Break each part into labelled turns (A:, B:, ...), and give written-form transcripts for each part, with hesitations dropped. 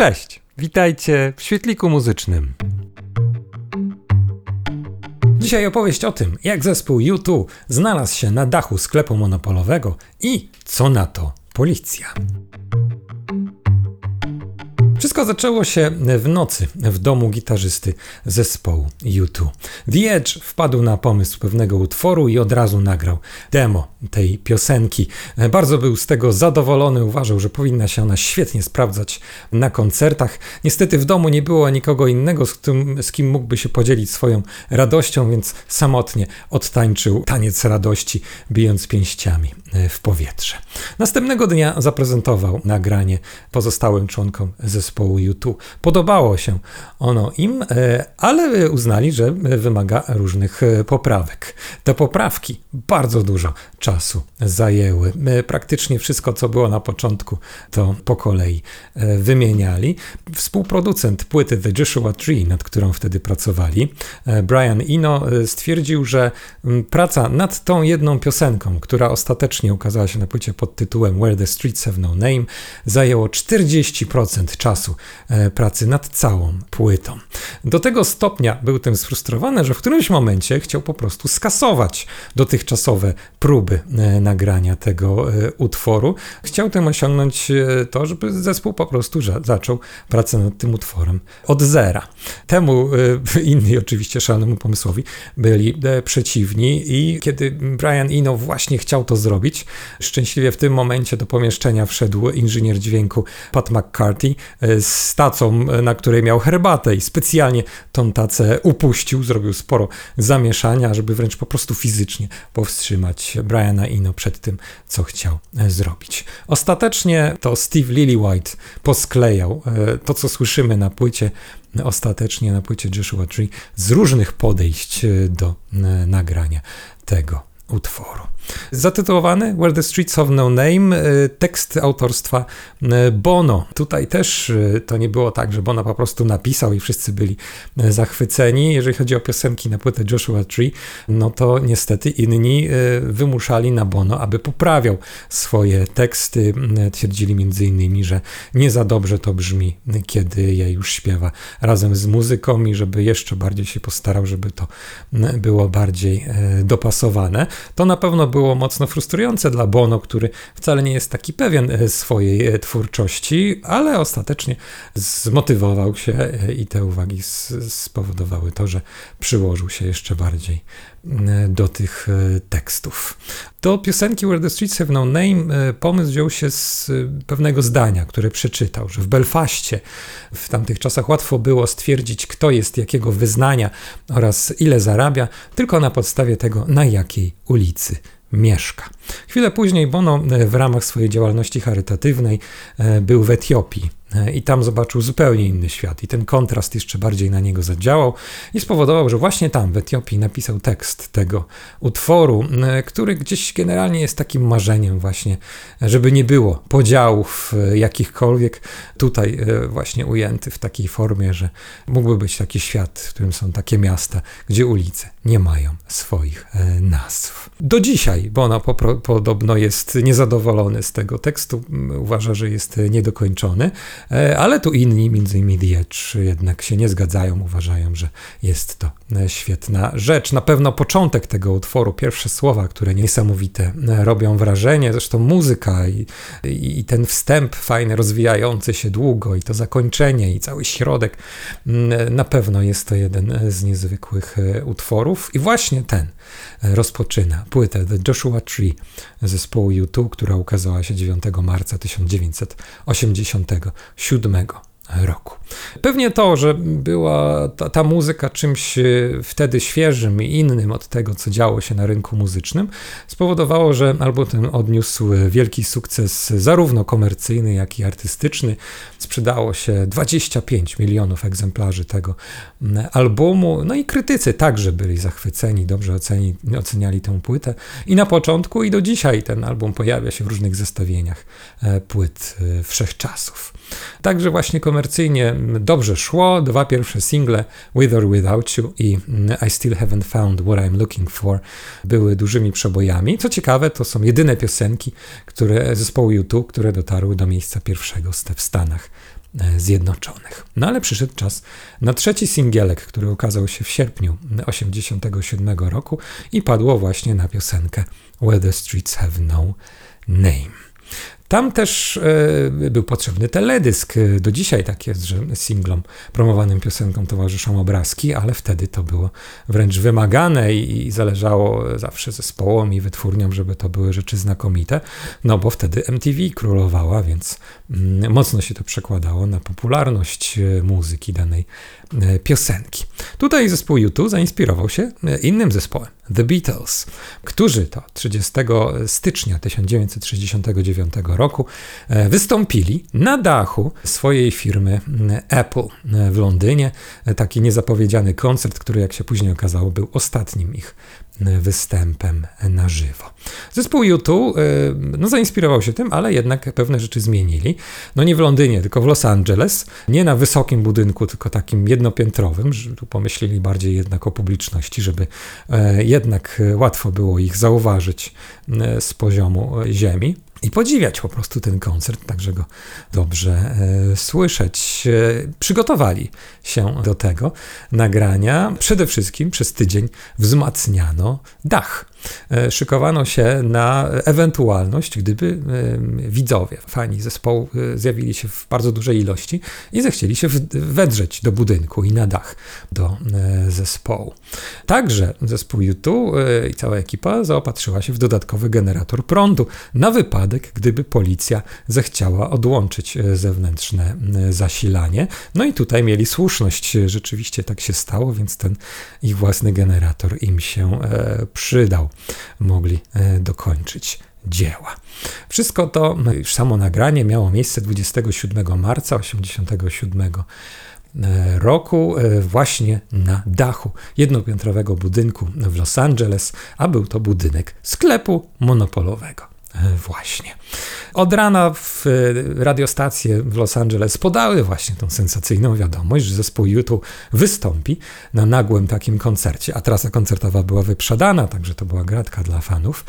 A: Cześć, witajcie w Świetliku Muzycznym. Dzisiaj opowieść o tym, jak zespół U2 znalazł się na dachu sklepu monopolowego i co na to policja. Wszystko zaczęło się w nocy w domu gitarzysty zespołu U2. The Edge wpadł na pomysł pewnego utworu i od razu nagrał demo tej piosenki. Bardzo był z tego zadowolony, uważał, że powinna się ona świetnie sprawdzać na koncertach. Niestety w domu nie było nikogo innego, z kim mógłby się podzielić swoją radością, więc samotnie odtańczył taniec radości, bijąc pięściami w powietrze. Następnego dnia zaprezentował nagranie pozostałym członkom zespołu U2. Podobało się ono im, ale uznali, że wymaga różnych poprawek. Te poprawki bardzo dużo czasu zajęły. Praktycznie wszystko, co było na początku, to po kolei wymieniali. Współproducent płyty The Joshua Tree, nad którą wtedy pracowali, Brian Eno, stwierdził, że praca nad tą jedną piosenką, która ostatecznie ukazała się na płycie pod tytułem Where the Streets Have No Name, zajęło 40% czasu pracy nad całą płytą. Do tego stopnia był tym sfrustrowany, że w którymś momencie chciał po prostu skasować dotychczasowe próby nagrania tego utworu. Chciał tym osiągnąć to, żeby zespół po prostu zaczął pracę nad tym utworem od zera. Temu inni oczywiście szalonemu pomysłowi byli przeciwni i kiedy Brian Eno właśnie chciał to zrobić, szczęśliwie w tym momencie do pomieszczenia wszedł inżynier dźwięku Pat McCarthy z tacą, na której miał herbatę i specjalnie tą tacę upuścił, zrobił sporo zamieszania, żeby wręcz po prostu fizycznie powstrzymać Briana Eno przed tym, co chciał zrobić. Ostatecznie to Steve Lillywhite posklejał to, co słyszymy na płycie, ostatecznie na płycie Joshua Tree, z różnych podejść do nagrania tego utworu. Zatytułowany Where the Streets Have No Name, tekst autorstwa Bono. Tutaj też to nie było tak, że Bono po prostu napisał i wszyscy byli zachwyceni. Jeżeli chodzi o piosenki na płytę Joshua Tree, no to niestety inni wymuszali na Bono, aby poprawiał swoje teksty. Twierdzili między innymi, że nie za dobrze to brzmi, kiedy je już śpiewa razem z muzyką i żeby jeszcze bardziej się postarał, żeby to było bardziej dopasowane. To na pewno było mocno frustrujące dla Bono, który wcale nie jest taki pewien swojej twórczości, ale ostatecznie zmotywował się i te uwagi spowodowały to, że przyłożył się jeszcze bardziej do tych tekstów. Do piosenki Where the Streets Have No Name pomysł wziął się z pewnego zdania, które przeczytał, że w Belfaście w tamtych czasach łatwo było stwierdzić, kto jest jakiego wyznania oraz ile zarabia, tylko na podstawie tego, na jakiej ulicy mieszka. Chwilę później Bono w ramach swojej działalności charytatywnej był w Etiopii i tam zobaczył zupełnie inny świat i ten kontrast jeszcze bardziej na niego zadziałał i spowodował, że właśnie tam w Etiopii napisał tekst tego utworu, który gdzieś generalnie jest takim marzeniem właśnie, żeby nie było podziałów jakichkolwiek, tutaj właśnie ujęty w takiej formie, że mógłby być taki świat, w którym są takie miasta, gdzie ulice nie mają swoich nazw. Do dzisiaj Bono podobno jest niezadowolony z tego tekstu, uważa, że jest niedokończony, ale tu inni, między innymi The Edge, jednak się nie zgadzają, uważają, że jest to świetna rzecz. Na pewno początek tego utworu, pierwsze słowa, które niesamowite robią wrażenie, zresztą muzyka i ten wstęp fajny, rozwijający się długo i to zakończenie i cały środek, na pewno jest to jeden z niezwykłych utworów i właśnie ten rozpoczyna płytę The Joshua Tree zespołu U2, która ukazała się 9 marca 1987 roku. Pewnie to, że była ta muzyka czymś wtedy świeżym i innym od tego, co działo się na rynku muzycznym, spowodowało, że album ten odniósł wielki sukces zarówno komercyjny, jak i artystyczny. Sprzedało się 25 milionów egzemplarzy tego albumu, no i krytycy także byli zachwyceni, dobrze oceniali tę płytę i na początku i do dzisiaj ten album pojawia się w różnych zestawieniach płyt wszechczasów. Także właśnie komercyjnie dobrze szło. Dwa pierwsze single, With or Without You i I Still Haven't Found What I'm Looking For, były dużymi przebojami. Co ciekawe, to są jedyne piosenki zespołu U2, które dotarły do miejsca pierwszego w Stanach Zjednoczonych. No ale przyszedł czas na trzeci singielek, który ukazał się w sierpniu 1987 roku i padło właśnie na piosenkę Where the Streets Have No Name. Tam też był potrzebny teledysk. Do dzisiaj tak jest, że singlom promowanym piosenkom towarzyszą obrazki, ale wtedy to było wręcz wymagane i zależało zawsze zespołom i wytwórniom, żeby to były rzeczy znakomite, no bo wtedy MTV królowała, więc mocno się to przekładało na popularność muzyki danej piosenki. Tutaj zespół U2 zainspirował się innym zespołem, The Beatles, którzy to 30 stycznia 1969 roku wystąpili na dachu swojej firmy Apple w Londynie. Taki niezapowiedziany koncert, który jak się później okazało był ostatnim ich występem na żywo. Zespół U2 zainspirował się tym, ale jednak pewne rzeczy zmienili. No nie w Londynie, tylko w Los Angeles. Nie na wysokim budynku, tylko takim jednopiętrowym, że tu pomyśleli bardziej jednak o publiczności, żeby jednak łatwo było ich zauważyć z poziomu ziemi. I podziwiać po prostu ten koncert, tak że go dobrze słyszeć. Przygotowali się do tego nagrania. Przede wszystkim przez tydzień wzmacniano dach. Szykowano się na ewentualność, gdyby widzowie, fani zespołu zjawili się w bardzo dużej ilości i zechcieli się wedrzeć do budynku i na dach do zespołu. Także zespół U2 i cała ekipa zaopatrzyła się w dodatkowy generator prądu na wypadek, gdyby policja zechciała odłączyć zewnętrzne zasilanie. No i tutaj mieli słuszność, rzeczywiście tak się stało, więc ten ich własny generator im się przydał. Mogli dokończyć dzieła. Wszystko to, już samo nagranie miało miejsce 27 marca 1987 roku właśnie na dachu jednopiętrowego budynku w Los Angeles, a był to budynek sklepu monopolowego. Właśnie. Od rana w radiostacje w Los Angeles podały właśnie tą sensacyjną wiadomość, że zespół U2 wystąpi na nagłym takim koncercie, a trasa koncertowa była wyprzedana, także to była gratka dla fanów,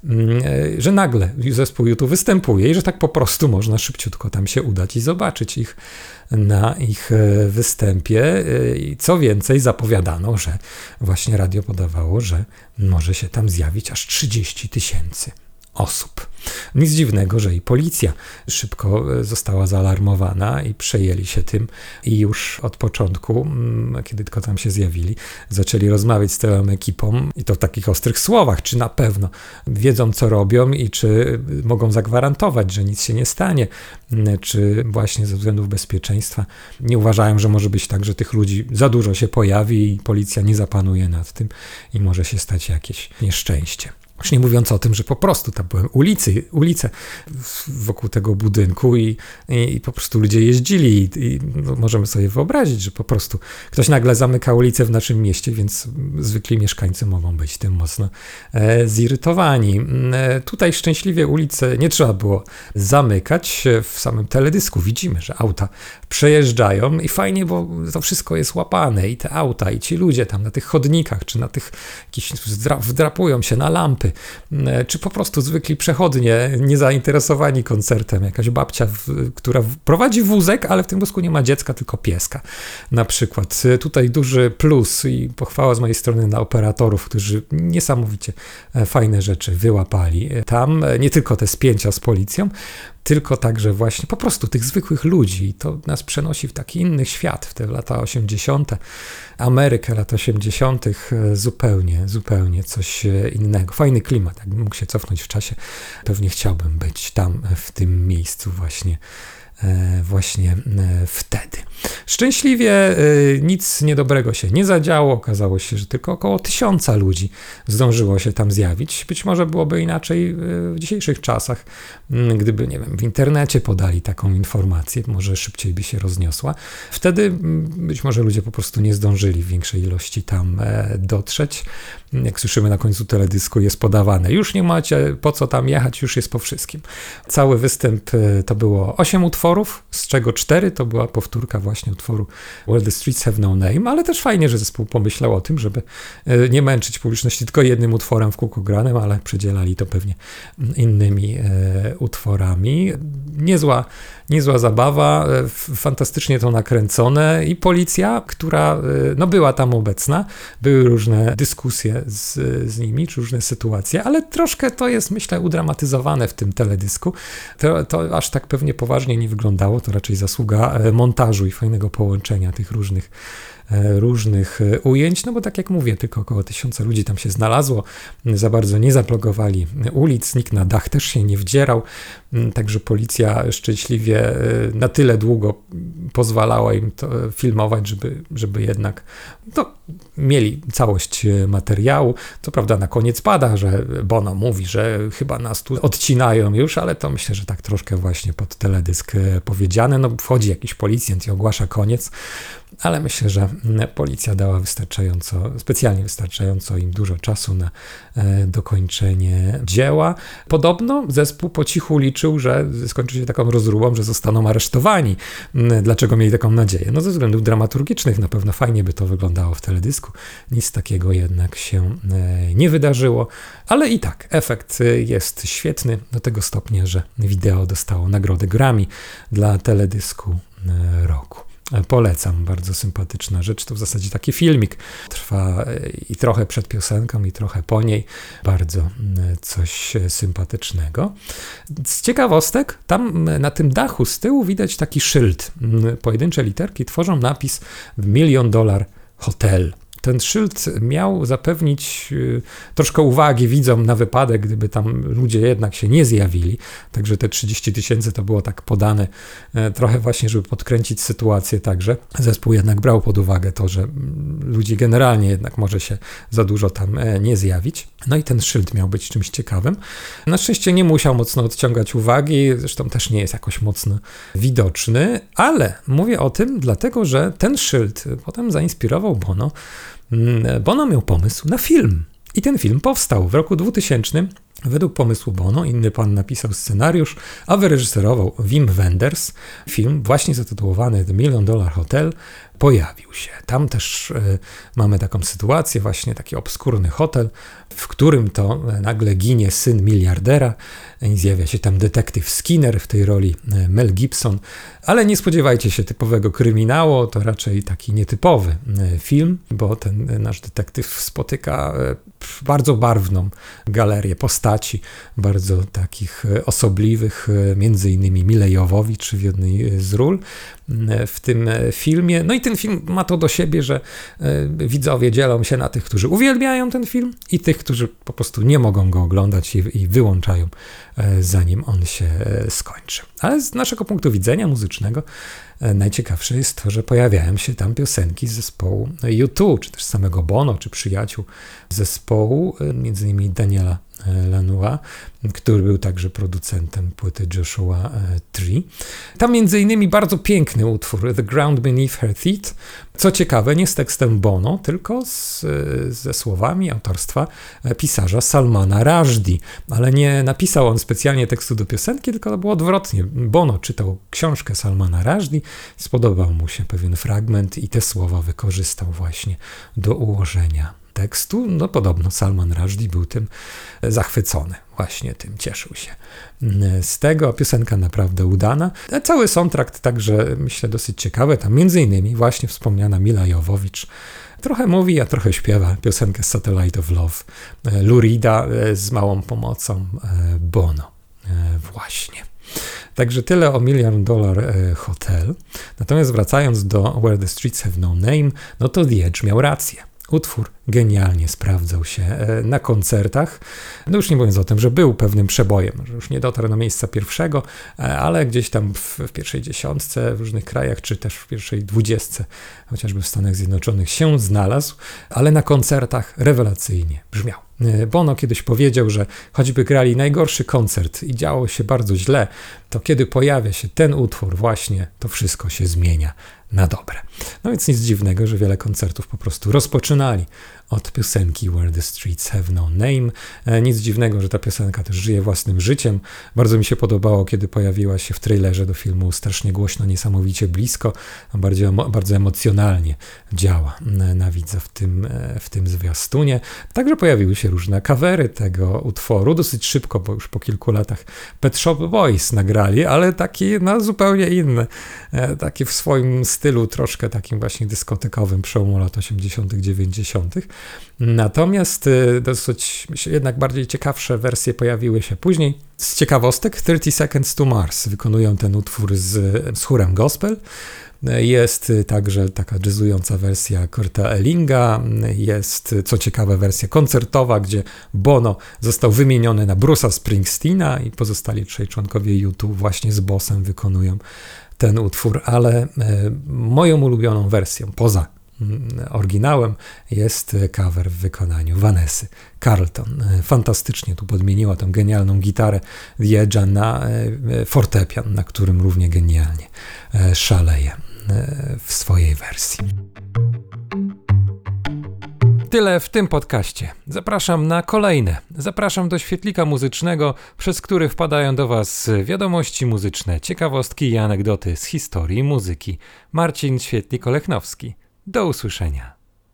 A: że nagle zespół U2 występuje i że tak po prostu można szybciutko tam się udać i zobaczyć ich na ich występie. I co więcej, zapowiadano, że właśnie radio podawało, że może się tam zjawić aż 30 000 osób. Nic dziwnego, że i policja szybko została zaalarmowana i przejęli się tym i już od początku, kiedy tylko tam się zjawili, zaczęli rozmawiać z całą ekipą i to w takich ostrych słowach, czy na pewno wiedzą, co robią i czy mogą zagwarantować, że nic się nie stanie, czy właśnie ze względów bezpieczeństwa nie uważają, że może być tak, że tych ludzi za dużo się pojawi i policja nie zapanuje nad tym i może się stać jakieś nieszczęście. Już nie mówiąc o tym, że po prostu tam były ulice wokół tego budynku i po prostu ludzie jeździli i możemy sobie wyobrazić, że po prostu ktoś nagle zamyka ulicę w naszym mieście, więc zwykli mieszkańcy mogą być tym mocno zirytowani. Tutaj szczęśliwie ulice nie trzeba było zamykać. W samym teledysku widzimy, że auta przejeżdżają i fajnie, bo to wszystko jest łapane i te auta i ci ludzie tam na tych chodnikach, czy na tych jakichś wdrapują się na lampy, czy po prostu zwykli przechodnie, niezainteresowani koncertem, jakaś babcia, która prowadzi wózek, ale w tym wózku nie ma dziecka, tylko pieska. Na przykład tutaj duży plus i pochwała z mojej strony na operatorów, którzy niesamowicie fajne rzeczy wyłapali. Tam nie tylko te spięcia z policją, tylko także właśnie po prostu tych zwykłych ludzi. I to nas przenosi w taki inny świat, w te lata 80., Amerykę lat 80., zupełnie coś innego. Fajny klimat, jakbym mógł się cofnąć w czasie, pewnie chciałbym być tam, w tym miejscu właśnie wtedy. Szczęśliwie nic niedobrego się nie zadziało. Okazało się, że tylko około 1000 ludzi zdążyło się tam zjawić. Być może byłoby inaczej w dzisiejszych czasach, gdyby, nie wiem, w internecie podali taką informację, może szybciej by się rozniosła. Wtedy być może ludzie po prostu nie zdążyli w większej ilości tam dotrzeć. Jak słyszymy na końcu teledysku, jest podawane. Już nie macie po co tam jechać, już jest po wszystkim. Cały występ to było 8 utworów, z czego 4 to była powtórka właśnie utworu Where the Streets Have No Name, ale też fajnie, że zespół pomyślał o tym, żeby nie męczyć publiczności tylko jednym utworem w kółko granym, ale przedzielali to pewnie innymi utworami. Niezła zabawa, fantastycznie to nakręcone i policja, która była tam obecna, były różne dyskusje z nimi, czy różne sytuacje, ale troszkę to jest, myślę, udramatyzowane w tym teledysku. To aż tak pewnie poważnie nie wyglądało, to raczej zasługa montażu i fajnego połączenia tych różnych ujęć, bo tak jak mówię, tylko około 1000 ludzi tam się znalazło, za bardzo nie zablokowali ulic, nikt na dach też się nie wdzierał, także policja szczęśliwie na tyle długo pozwalała im to filmować, żeby jednak mieli całość materiału. Co prawda na koniec pada, że Bono mówi, że chyba nas tu odcinają już, ale to myślę, że tak troszkę właśnie pod teledysk powiedziane. Wchodzi jakiś policjant i ogłasza koniec, ale myślę, że policja dała specjalnie wystarczająco im dużo czasu na dokończenie dzieła. Podobno zespół po cichu liczył, że skończy się taką rozróbą, że zostaną aresztowani. Dlaczego mieli taką nadzieję? Ze względów dramaturgicznych na pewno fajnie by to wyglądało w teledysku. Nic takiego jednak się nie wydarzyło, ale i tak efekt jest świetny do tego stopnia, że wideo dostało nagrodę Grammy dla teledysku roku. Polecam, bardzo sympatyczna rzecz. To w zasadzie taki filmik. Trwa i trochę przed piosenką, i trochę po niej. Bardzo coś sympatycznego. Z ciekawostek, tam na tym dachu z tyłu widać taki szyld. Pojedyncze literki tworzą napis $1 Million Hotel. Ten szyld miał zapewnić troszkę uwagi widzom na wypadek, gdyby tam ludzie jednak się nie zjawili. Także te 30 000 to było tak podane trochę właśnie, żeby podkręcić sytuację także. Zespół jednak brał pod uwagę to, że ludzi generalnie jednak może się za dużo tam nie zjawić. I ten szyld miał być czymś ciekawym. Na szczęście nie musiał mocno odciągać uwagi, zresztą też nie jest jakoś mocno widoczny, ale mówię o tym dlatego, że ten szyld potem zainspirował Bono. Bono miał pomysł na film i ten film powstał w roku 2000 według pomysłu Bono. Inny pan napisał scenariusz, a wyreżyserował Wim Wenders. Film właśnie zatytułowany The $1 Million Hotel pojawił się. Tam też mamy taką sytuację, właśnie taki obskurny hotel, w którym to nagle ginie syn miliardera. Zjawia się tam detektyw Skinner, w tej roli Mel Gibson, ale nie spodziewajcie się typowego kryminału, to raczej taki nietypowy film, bo ten nasz detektyw spotyka bardzo barwną galerię postaci, bardzo takich osobliwych, między innymi Mille Jovovich w jednej z ról w tym filmie. I ten film ma to do siebie, że widzowie dzielą się na tych, którzy uwielbiają ten film i tych, którzy po prostu nie mogą go oglądać i wyłączają, zanim on się skończy. Ale z naszego punktu widzenia muzycznego najciekawsze jest to, że pojawiają się tam piosenki z zespołu U2, czy też samego Bono, czy przyjaciół zespołu, między innymi Daniela Lanois, który był także producentem płyty Joshua Tree. Tam między innymi bardzo piękny utwór The Ground Beneath Her Feet. Co ciekawe, nie z tekstem Bono, tylko ze słowami autorstwa pisarza Salmana Rushdie. Ale nie napisał on specjalnie tekstu do piosenki, tylko to było odwrotnie. Bono czytał książkę Salmana Rushdie, spodobał mu się pewien fragment i te słowa wykorzystał właśnie do ułożenia tekstu. Podobno Salman Rushdie był tym zachwycony. Właśnie tym cieszył się. Z tego piosenka naprawdę udana. Cały soundtrack także, myślę, dosyć ciekawy. Tam między innymi właśnie wspomniana Milla Jovovich trochę mówi, a trochę śpiewa piosenkę Satellite of Love Lou Reeda z małą pomocą Bono. Właśnie. Także tyle o $1 Million Hotel. Natomiast wracając do Where the Streets Have No Name, to The Edge miał rację. Utwór genialnie sprawdzał się na koncertach. Już nie mówiąc o tym, że był pewnym przebojem, że już nie dotarł na miejsca pierwszego, ale gdzieś tam w pierwszej 10 w różnych krajach, czy też w pierwszej 20, chociażby w Stanach Zjednoczonych się znalazł, ale na koncertach rewelacyjnie brzmiał. Bono kiedyś powiedział, że choćby grali najgorszy koncert i działo się bardzo źle, to kiedy pojawia się ten utwór właśnie, to wszystko się zmienia na dobre. Więc nic dziwnego, że wiele koncertów po prostu rozpoczynali od piosenki Where the Streets Have No Name. Nic dziwnego, że ta piosenka też żyje własnym życiem. Bardzo mi się podobało, kiedy pojawiła się w trailerze do filmu Strasznie głośno, niesamowicie blisko. Bardzo emocjonalnie działa na widza w tym zwiastunie. Także pojawiły się różne covery tego utworu. Dosyć szybko, bo już po kilku latach Pet Shop Boys nagrali, ale taki zupełnie inny. Taki w swoim stylu, troszkę takim właśnie dyskotekowym przełomu lat 80., 90. Natomiast dosyć jednak bardziej ciekawsze wersje pojawiły się później. Z ciekawostek 30 Seconds to Mars wykonują ten utwór z chórem gospel. Jest także taka jazzująca wersja Kurta Ellinga, jest co ciekawe wersja koncertowa, gdzie Bono został wymieniony na Bruce'a Springsteena i pozostali 3 członkowie U2 właśnie z Bossem wykonują ten utwór, ale moją ulubioną wersją poza oryginałem jest cover w wykonaniu Vanessy Carlton. Fantastycznie tu podmieniła tą genialną gitarę The Edge'a na fortepian, na którym równie genialnie szaleje w swojej wersji. Tyle w tym podcaście. Zapraszam na kolejne. Zapraszam do świetlika muzycznego, przez który wpadają do Was wiadomości muzyczne, ciekawostki i anegdoty z historii muzyki. Marcin Świetlik-Olechnowski. Do usłyszenia.